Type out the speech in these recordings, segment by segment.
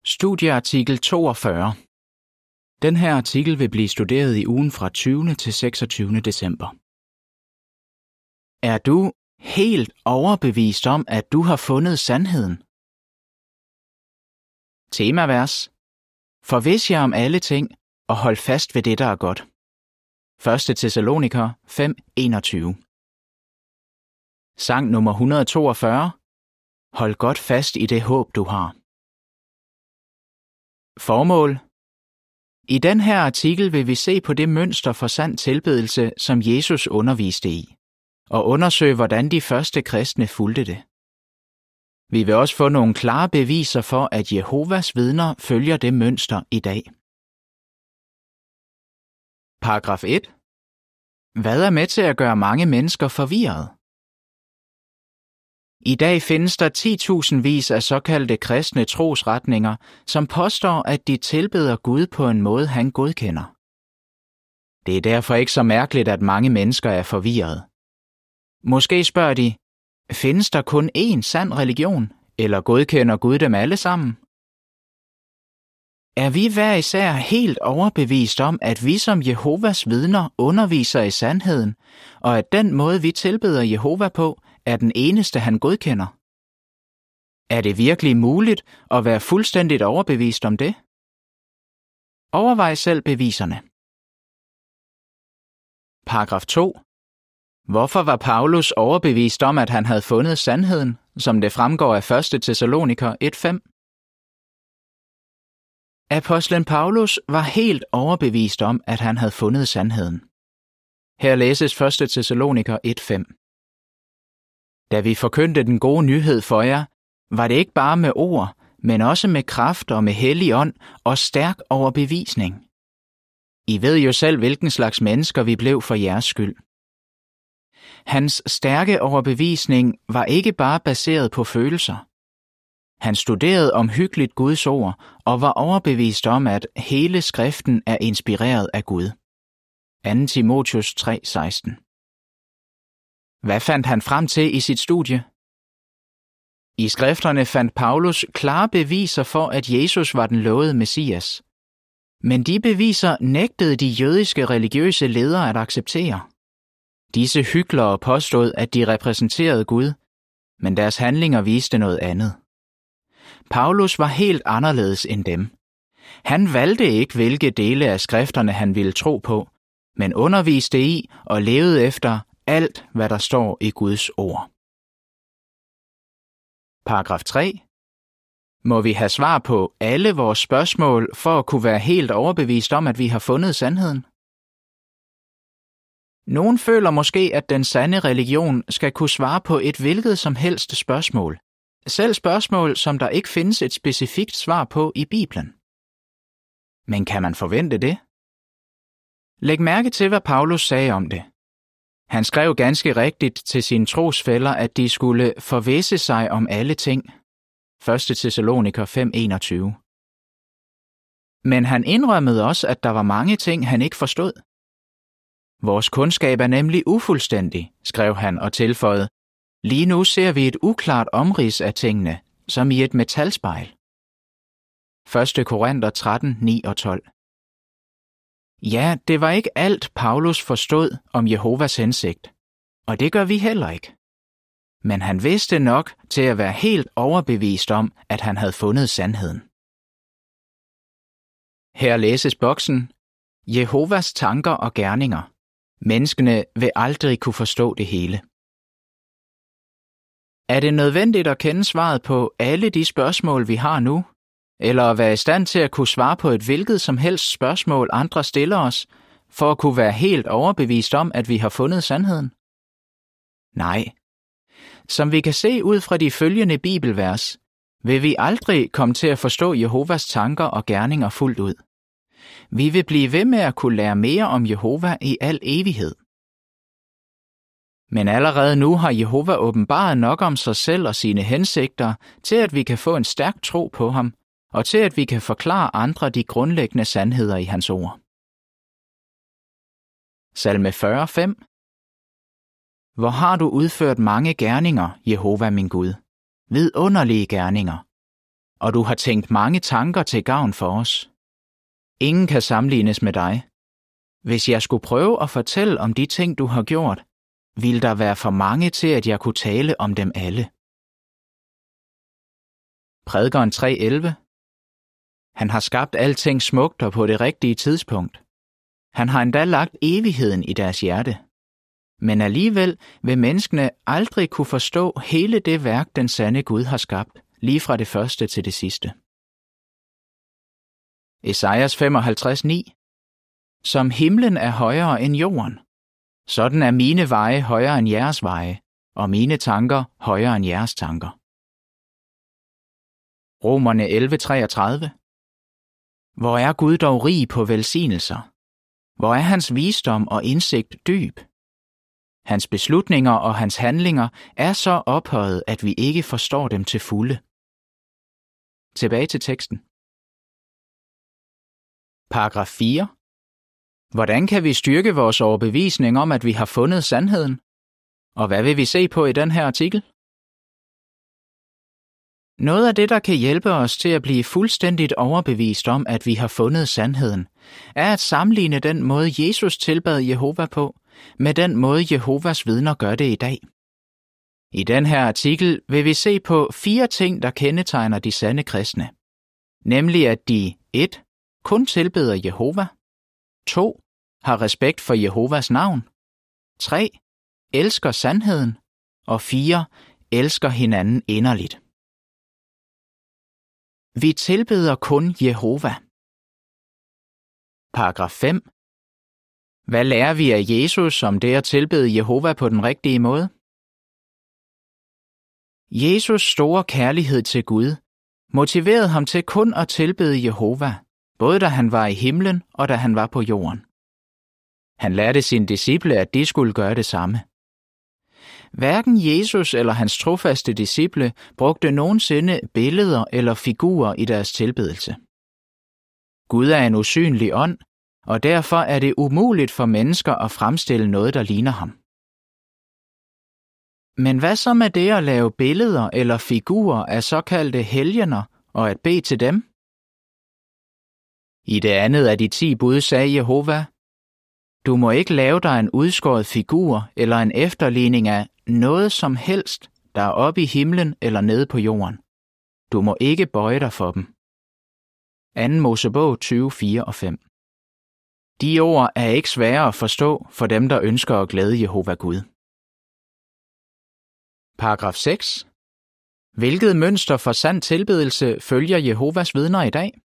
Studieartikel 42. Den her artikel vil blive studeret i ugen fra 20. til 26. december. Er du helt overbevist om, at du har fundet sandheden? Temavers. Forvis jer om alle ting, og hold fast ved det, der er godt. 1. Thessaloniker 5:21. Sang nummer 142. Hold godt fast i det håb, du har. Formål. I den her artikel vil vi se på det mønster for sand tilbedelse, som Jesus underviste i, og undersøge, hvordan de første kristne fulgte det. Vi vil også få nogle klare beviser for, at Jehovas vidner følger det mønster i dag. Paragraf 1. Hvad er med til at gøre mange mennesker forvirret? I dag findes der 10.000vis af såkaldte kristne trosretninger, som påstår, at de tilbeder Gud på en måde, han godkender. Det er derfor ikke så mærkeligt, at mange mennesker er forvirret. Måske spørger de, findes der kun én sand religion, eller godkender Gud dem alle sammen? Er vi hver især helt overbevist om, at vi som Jehovas vidner underviser i sandheden, og at den måde, vi tilbeder Jehova på, er den eneste, han godkender? Er det virkelig muligt at være fuldstændigt overbevist om det? Overvej selv beviserne. Paragraf 2. Hvorfor var Paulus overbevist om, at han havde fundet sandheden, som det fremgår af 1. Thessaloniker 1:5? Apostlen Paulus var helt overbevist om, at han havde fundet sandheden. Her læses 1. Thessaloniker 1:5. Da vi forkyndte den gode nyhed for jer, var det ikke bare med ord, men også med kraft og med hellig ånd og stærk overbevisning. I ved jo selv, hvilken slags mennesker vi blev for jeres skyld. Hans stærke overbevisning var ikke bare baseret på følelser. Han studerede omhyggeligt Guds ord og var overbevist om, at hele skriften er inspireret af Gud. 2. Timotheus 3:16. Hvad fandt han frem til i sit studie? I skrifterne fandt Paulus klare beviser for, at Jesus var den lovede Messias. Men de beviser nægtede de jødiske religiøse ledere at acceptere. Disse hyklere påstod, at de repræsenterede Gud, men deres handlinger viste noget andet. Paulus var helt anderledes end dem. Han valgte ikke, hvilke dele af skrifterne han ville tro på, men underviste i og levede efter alt, hvad der står i Guds ord. Paragraf 3. Må vi have svar på alle vores spørgsmål for at kunne være helt overbevist om, at vi har fundet sandheden? Nogen føler måske, at den sande religion skal kunne svare på et hvilket som helst spørgsmål. Selv spørgsmål, som der ikke findes et specifikt svar på i Bibelen. Men kan man forvente det? Læg mærke til, hvad Paulus sagde om det. Han skrev ganske rigtigt til sine trosfæller, at de skulle forvisse sig om alle ting. 1. Thessaloniker 5:21. Men han indrømmede også, at der var mange ting, han ikke forstod. Vores kundskab er nemlig ufuldstændig, skrev han og tilføjede. Lige nu ser vi et uklart omrids af tingene, som i et metalspejl. 1. Korinther 13:9-12. Ja, det var ikke alt, Paulus forstod om Jehovas hensigt, og det gør vi heller ikke. Men han vidste nok til at være helt overbevist om, at han havde fundet sandheden. Her læses boksen, Jehovas tanker og gerninger. Menneskene vil aldrig kunne forstå det hele. Er det nødvendigt at kende svaret på alle de spørgsmål, vi har nu? Eller at være i stand til at kunne svare på et hvilket som helst spørgsmål, andre stiller os, for at kunne være helt overbevist om, at vi har fundet sandheden? Nej. Som vi kan se ud fra de følgende bibelvers, vil vi aldrig komme til at forstå Jehovas tanker og gerninger fuldt ud. Vi vil blive ved med at kunne lære mere om Jehova i al evighed. Men allerede nu har Jehova åbenbaret nok om sig selv og sine hensigter, til at vi kan få en stærk tro på ham, og til at vi kan forklare andre de grundlæggende sandheder i hans ord. Salme 40:5. Hvor har du udført mange gerninger, Jehova min Gud, vidunderlige gerninger, og du har tænkt mange tanker til gavn for os. Ingen kan sammenlignes med dig. Hvis jeg skulle prøve at fortælle om de ting, du har gjort, ville der være for mange til, at jeg kunne tale om dem alle. Prædikeren 3:11. Han har skabt alting smukt og på det rigtige tidspunkt. Han har endda lagt evigheden i deres hjerte. Men alligevel vil menneskene aldrig kunne forstå hele det værk, den sande Gud har skabt, lige fra det første til det sidste. Esajas 55:9. Som himlen er højere end jorden, sådan er mine veje højere end jeres veje, og mine tanker højere end jeres tanker. Romerne 11:33. Hvor er Gud dog rig på velsignelser? Hvor er hans visdom og indsigt dyb? Hans beslutninger og hans handlinger er så ophøjet, at vi ikke forstår dem til fulde. Tilbage til teksten. Paragraf 4. Hvordan kan vi styrke vores overbevisning om, at vi har fundet sandheden? Og hvad vil vi se på i den her artikel? Noget af det, der kan hjælpe os til at blive fuldstændigt overbevist om, at vi har fundet sandheden, er at sammenligne den måde, Jesus tilbad Jehova på, med den måde, Jehovas vidner gør det i dag. I den her artikel vil vi se på 4 ting, der kendetegner de sande kristne. Nemlig at de 1. kun tilbeder Jehova, 2. har respekt for Jehovas navn, 3. elsker sandheden, og 4. elsker hinanden inderligt. Vi tilbeder kun Jehova. Paragraf 5. Hvad lærer vi af Jesus om det at tilbede Jehova på den rigtige måde? Jesus store kærlighed til Gud motiverede ham til kun at tilbede Jehova, både da han var i himlen og da han var på jorden. Han lærte sine disciple, at de skulle gøre det samme. Hverken Jesus eller hans trofaste disciple brugte nogensinde billeder eller figurer i deres tilbedelse. Gud er en usynlig ånd, og derfor er det umuligt for mennesker at fremstille noget, der ligner ham. Men hvad så med det at lave billeder eller figurer af såkaldte helgener og at bede til dem? I det andet af de 10 bud sagde Jehova: Du må ikke lave dig en udskåret figur eller en efterligning af noget som helst, der er oppe i himlen eller nede på jorden. Du må ikke bøje dig for dem. 2. Mosebog 20:4 og 5. De ord er ikke svære at forstå for dem, der ønsker at glæde Jehova Gud. Paragraf 6. Hvilket mønster for sand tilbedelse følger Jehovas vidner i dag?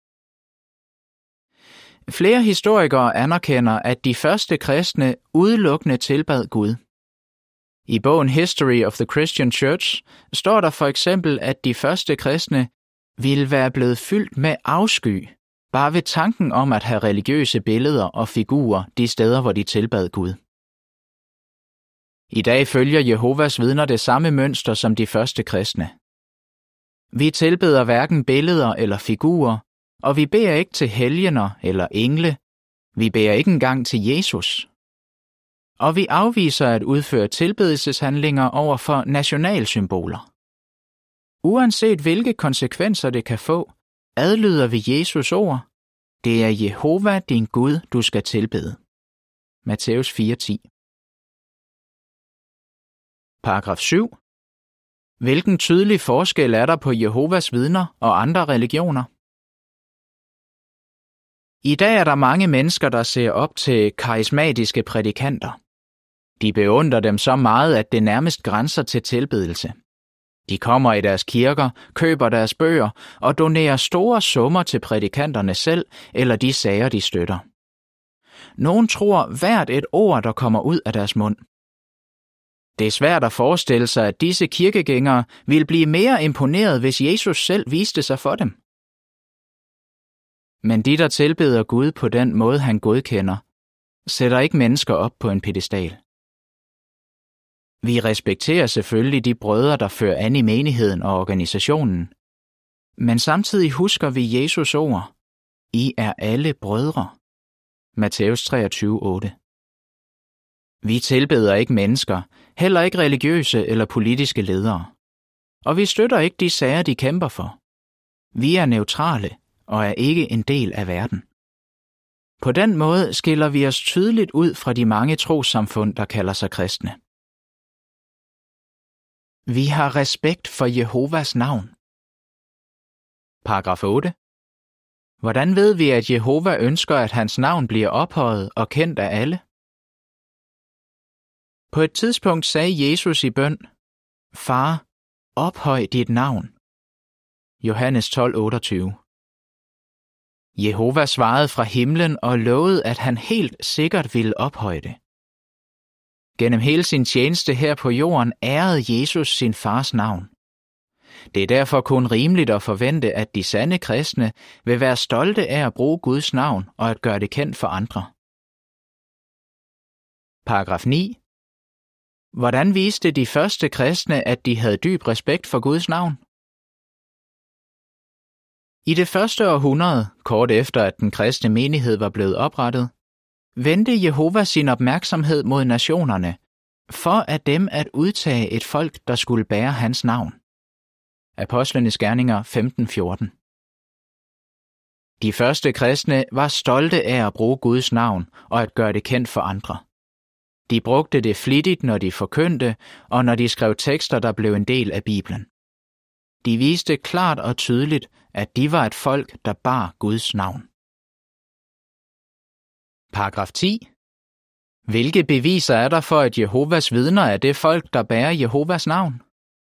Flere historikere anerkender, at de første kristne udelukkende tilbad Gud. I bogen History of the Christian Church står der for eksempel, at de første kristne ville være blevet fyldt med afsky, bare ved tanken om at have religiøse billeder og figurer de steder, hvor de tilbad Gud. I dag følger Jehovas vidner det samme mønster som de første kristne. Vi tilbeder hverken billeder eller figurer, og vi beder ikke til helgener eller engle. Vi beder ikke engang til Jesus. Og vi afviser at udføre tilbedelseshandlinger over for nationalsymboler. Uanset hvilke konsekvenser det kan få, adlyder vi Jesus ord: Det er Jehova din Gud, du skal tilbede. Matthæus 4:10. Paragraf 7. Hvilken tydelig forskel er der på Jehovas vidner og andre religioner? I dag er der mange mennesker, der ser op til karismatiske prædikanter. De beundrer dem så meget, at det nærmest grænser til tilbedelse. De kommer i deres kirker, køber deres bøger og donerer store summer til prædikanterne selv eller de sager, de støtter. Nogen tror hvert et ord, der kommer ud af deres mund. Det er svært at forestille sig, at disse kirkegængere ville blive mere imponeret, hvis Jesus selv viste sig for dem. Men de, der tilbeder Gud på den måde, han godkender, sætter ikke mennesker op på en pedestal. Vi respekterer selvfølgelig de brødre, der fører an i menigheden og organisationen, men samtidig husker vi Jesus ord: I er alle brødre. Matthæus 23:8. Vi tilbeder ikke mennesker, heller ikke religiøse eller politiske ledere, og vi støtter ikke de sager, de kæmper for. Vi er neutrale og er ikke en del af verden. På den måde skiller vi os tydeligt ud fra de mange trossamfund, der kalder sig kristne. Vi har respekt for Jehovas navn. Paragraf 8. Hvordan ved vi, at Jehova ønsker, at hans navn bliver ophøjet og kendt af alle? På et tidspunkt sagde Jesus i bøn, Far, ophøj dit navn. Johannes 12:28. Jehova svarede fra himlen og lovede, at han helt sikkert ville ophøje det. Gennem hele sin tjeneste her på jorden ærede Jesus sin fars navn. Det er derfor kun rimeligt at forvente, at de sande kristne vil være stolte af at bruge Guds navn og at gøre det kendt for andre. Paragraf 9. Hvordan viste de første kristne, at de havde dyb respekt for Guds navn? I det første århundrede, kort efter at den kristne menighed var blevet oprettet, vendte Jehova sin opmærksomhed mod nationerne, for af dem at udtage et folk, der skulle bære hans navn. Apostlenes Gerninger 15:14. De første kristne var stolte af at bruge Guds navn og at gøre det kendt for andre. De brugte det flittigt, når de forkyndte, og når de skrev tekster, der blev en del af Bibelen. De viste klart og tydeligt, at de var et folk, der bar Guds navn. Paragraf 10. Hvilke beviser er der for, at Jehovas vidner er det folk, der bærer Jehovas navn?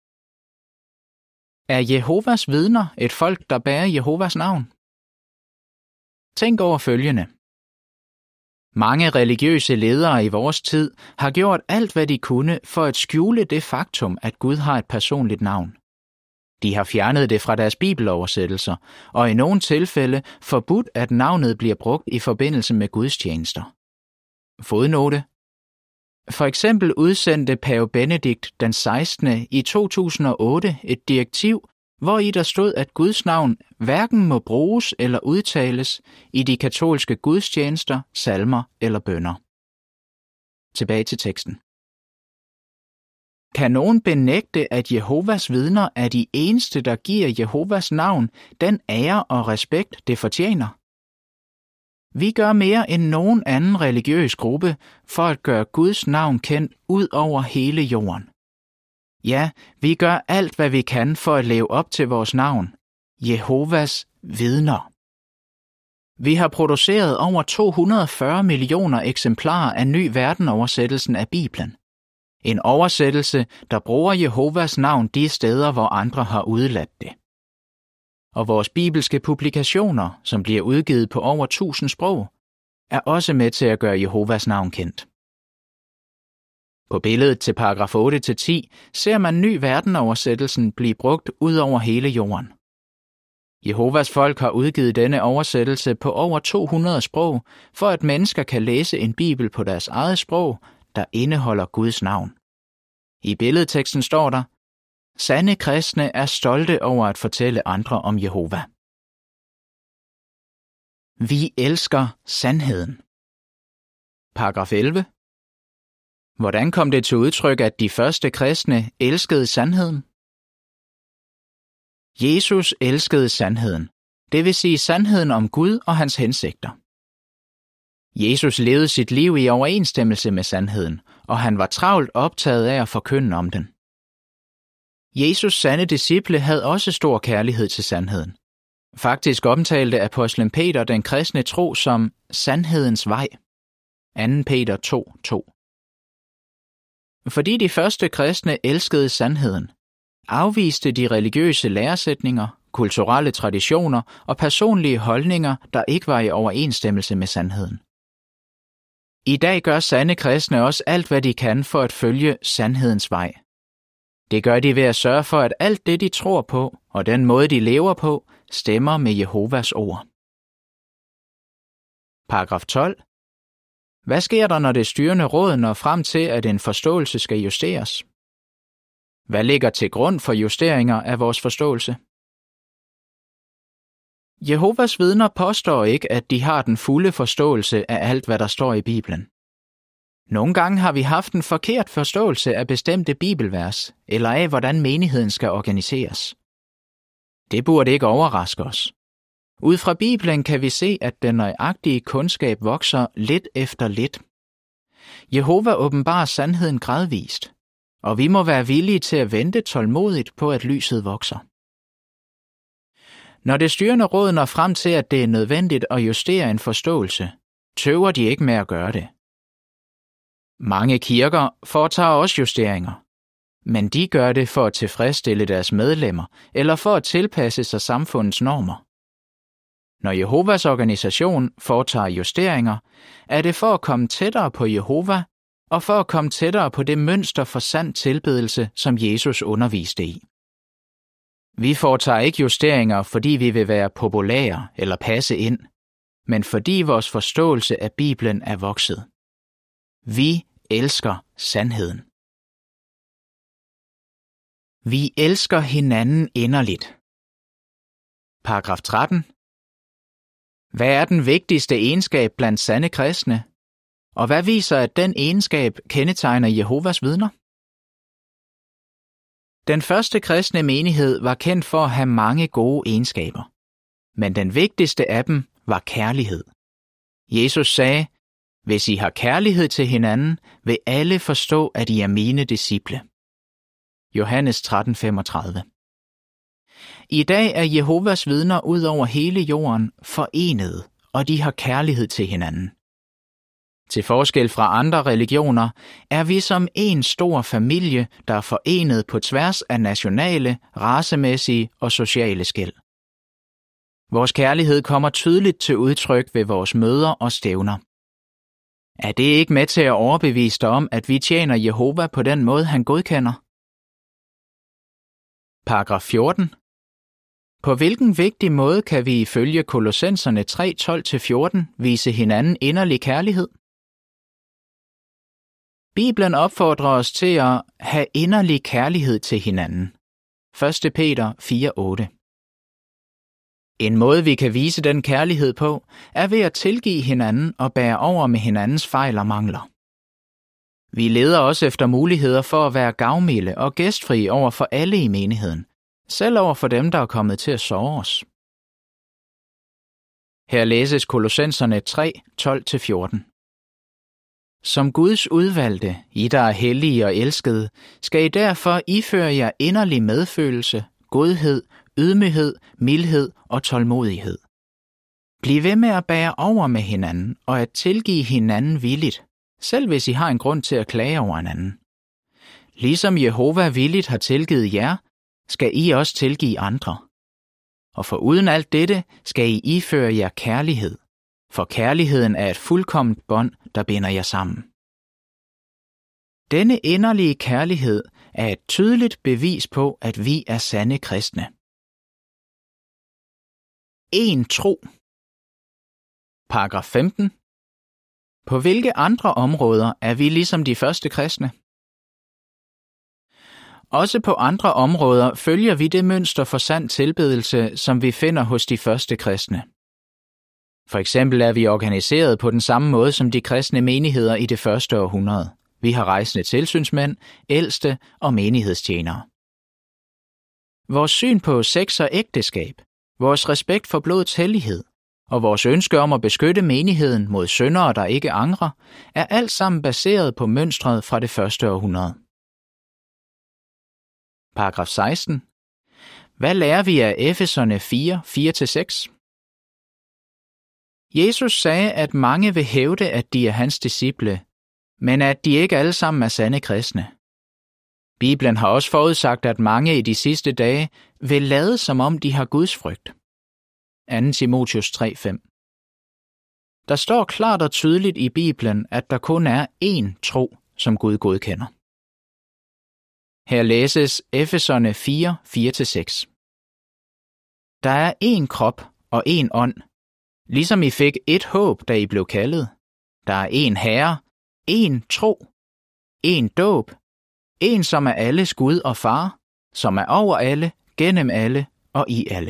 Er Jehovas vidner et folk, der bærer Jehovas navn? Tænk over følgende. Mange religiøse ledere i vores tid har gjort alt, hvad de kunne for at skjule det faktum, at Gud har et personligt navn. De har fjernet det fra deres bibeloversættelser, og i nogle tilfælde forbudt, at navnet bliver brugt i forbindelse med gudstjenester. Fodnote. For eksempel udsendte pave Benedikt den 16. i 2008 et direktiv, hvori der stod, at Guds navn hverken må bruges eller udtales i de katolske gudstjenester, salmer eller bønner. Tilbage til teksten. Kan nogen benægte, at Jehovas vidner er de eneste, der giver Jehovas navn den ære og respekt, det fortjener? Vi gør mere end nogen anden religiøs gruppe for at gøre Guds navn kendt ud over hele jorden. Ja, vi gør alt, hvad vi kan for at leve op til vores navn, Jehovas vidner. Vi har produceret over 240 millioner eksemplarer af Ny Verden-oversættelsen af Bibelen. En oversættelse, der bruger Jehovas navn de steder, hvor andre har udeladt det. Og vores bibelske publikationer, som bliver udgivet på over 1000 sprog, er også med til at gøre Jehovas navn kendt. På billedet til paragraf 8-10 ser man Ny Verden-oversættelsen blive brugt ud over hele jorden. Jehovas folk har udgivet denne oversættelse på over 200 sprog, for at mennesker kan læse en bibel på deres eget sprog, der indeholder Guds navn. I billedteksten står der, sande kristne er stolte over at fortælle andre om Jehova. Vi elsker sandheden. Paragraf 11. Hvordan kom det til udtryk, at de første kristne elskede sandheden? Jesus elskede sandheden, det vil sige sandheden om Gud og hans hensigter. Jesus levede sit liv i overensstemmelse med sandheden, og han var travlt optaget af at forkynde om den. Jesus' sande disciple havde også stor kærlighed til sandheden. Faktisk omtalte apostlen Peter den kristne tro som sandhedens vej. 2. Peter 2:2. Fordi de første kristne elskede sandheden, afviste de religiøse læresætninger, kulturelle traditioner og personlige holdninger, der ikke var i overensstemmelse med sandheden. I dag gør sande kristne også alt, hvad de kan for at følge sandhedens vej. Det gør de ved at sørge for, at alt det, de tror på, og den måde, de lever på, stemmer med Jehovas ord. Paragraf 12. Hvad sker der, når det styrende råd når frem til, at en forståelse skal justeres? Hvad ligger til grund for justeringer af vores forståelse? Jehovas vidner påstår ikke, at de har den fulde forståelse af alt, hvad der står i Bibelen. Nogle gange har vi haft en forkert forståelse af bestemte bibelvers, eller af, hvordan menigheden skal organiseres. Det burde ikke overraske os. Ud fra Bibelen kan vi se, at den nøjagtige kundskab vokser lidt efter lidt. Jehova åbenbarer sandheden gradvist, og vi må være villige til at vente tålmodigt på, at lyset vokser. Når det styrende råd når frem til, at det er nødvendigt at justere en forståelse, tøver de ikke med at gøre det. Mange kirker foretager også justeringer, men de gør det for at tilfredsstille deres medlemmer eller for at tilpasse sig samfundets normer. Når Jehovas organisation foretager justeringer, er det for at komme tættere på Jehova og for at komme tættere på det mønster for sand tilbedelse, som Jesus underviste i. Vi foretager ikke justeringer, fordi vi vil være populære eller passe ind, men fordi vores forståelse af Bibelen er vokset. Vi elsker sandheden. Vi elsker hinanden inderligt. Paragraf 13. Hvad er den vigtigste egenskab blandt sande kristne? Og hvad viser, at den egenskab kendetegner Jehovas vidner? Den første kristne menighed var kendt for at have mange gode egenskaber, men den vigtigste af dem var kærlighed. Jesus sagde, hvis I har kærlighed til hinanden, vil alle forstå, at I er mine disciple. Johannes 13:35. I dag er Jehovas vidner ud over hele jorden forenede, og de har kærlighed til hinanden. Til forskel fra andre religioner er vi som en stor familie, der er forenet på tværs af nationale, racemæssige og sociale skel. Vores kærlighed kommer tydeligt til udtryk ved vores møder og stævner. Er det ikke med til at overbevise dig om, at vi tjener Jehova på den måde, han godkender? Paragraf 14. På hvilken vigtig måde kan vi ifølge Kolossenserne 3:12-14 vise hinanden inderlig kærlighed? Bibelen opfordrer os til at have inderlig kærlighed til hinanden. 1. Peter 4:8. En måde, vi kan vise den kærlighed på, er ved at tilgive hinanden og bære over med hinandens fejl og mangler. Vi leder også efter muligheder for at være gavmilde og gæstfrie over for alle i menigheden, selv over for dem, der er kommet til at såre os. Her læses Kolossenserne 3:12-14. Som Guds udvalgte, I der er hellige og elskede, skal I derfor iføre jer inderlig medfølelse, godhed, ydmyghed, mildhed og tålmodighed. Bliv ved med at bære over med hinanden og at tilgive hinanden villigt, selv hvis I har en grund til at klage over hinanden. Ligesom Jehova villigt har tilgivet jer, skal I også tilgive andre. Og for uden alt dette skal I iføre jer kærlighed, for kærligheden er et fuldkomment bånd, der binder jer sammen. Denne inderlige kærlighed er et tydeligt bevis på, at vi er sande kristne. En tro. Paragraf 15. På hvilke andre områder er vi ligesom de første kristne? Også på andre områder følger vi det mønster for sand tilbedelse, som vi finder hos de første kristne. For eksempel er vi organiseret på den samme måde som de kristne menigheder i det første århundrede. Vi har rejsende tilsynsmænd, ældste og menighedstjenere. Vores syn på sex og ægteskab, vores respekt for blodets hellighed og vores ønske om at beskytte menigheden mod syndere, der ikke angrer, er alt sammen baseret på mønstret fra det første århundrede. Paragraf 16. Hvad lærer vi af Efeserne 4:4-6? Jesus sagde, at mange vil hævde, at de er hans disciple, men at de ikke alle sammen er sande kristne. Bibelen har også forudsagt, at mange i de sidste dage vil lade som om de har Guds frygt. 2. Timotheus 3:5. Der står klart og tydeligt i Bibelen, at der kun er én tro, som Gud godkender. Her læses Efeserne 4:4-6. Der er én krop og én ånd, ligesom I fik ét håb, da I blev kaldet. Der er én Herre, én tro, én dåb, én som er alles Gud og Far, som er over alle, gennem alle og i alle.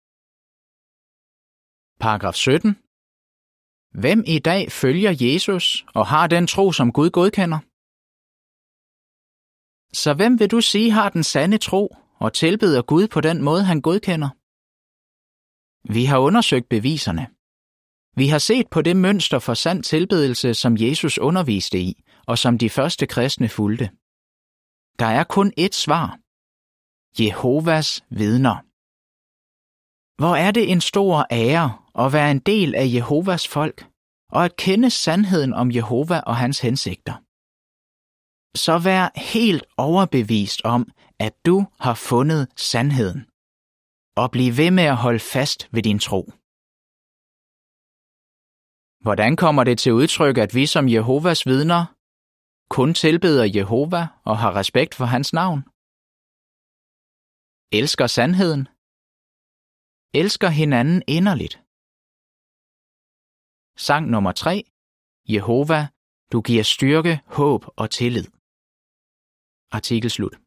Paragraf 17. Hvem i dag følger Jesus og har den tro, som Gud godkender? Så hvem vil du sige har den sande tro og tilbeder Gud på den måde, han godkender? Vi har undersøgt beviserne. Vi har set på det mønster for sand tilbedelse, som Jesus underviste i, og som de første kristne fulgte. Der er kun ét svar. Jehovas vidner. Hvor er det en stor ære at være en del af Jehovas folk, og at kende sandheden om Jehova og hans hensigter. Så vær helt overbevist om, at du har fundet sandheden, og bliv ved med at holde fast ved din tro. Hvordan kommer det til udtryk, at vi som Jehovas vidner kun tilbeder Jehova og har respekt for hans navn? Elsker sandheden? Elsker hinanden inderligt? Sang nummer 3. Jehova, du giver styrke, håb og tillid. Artikel slut.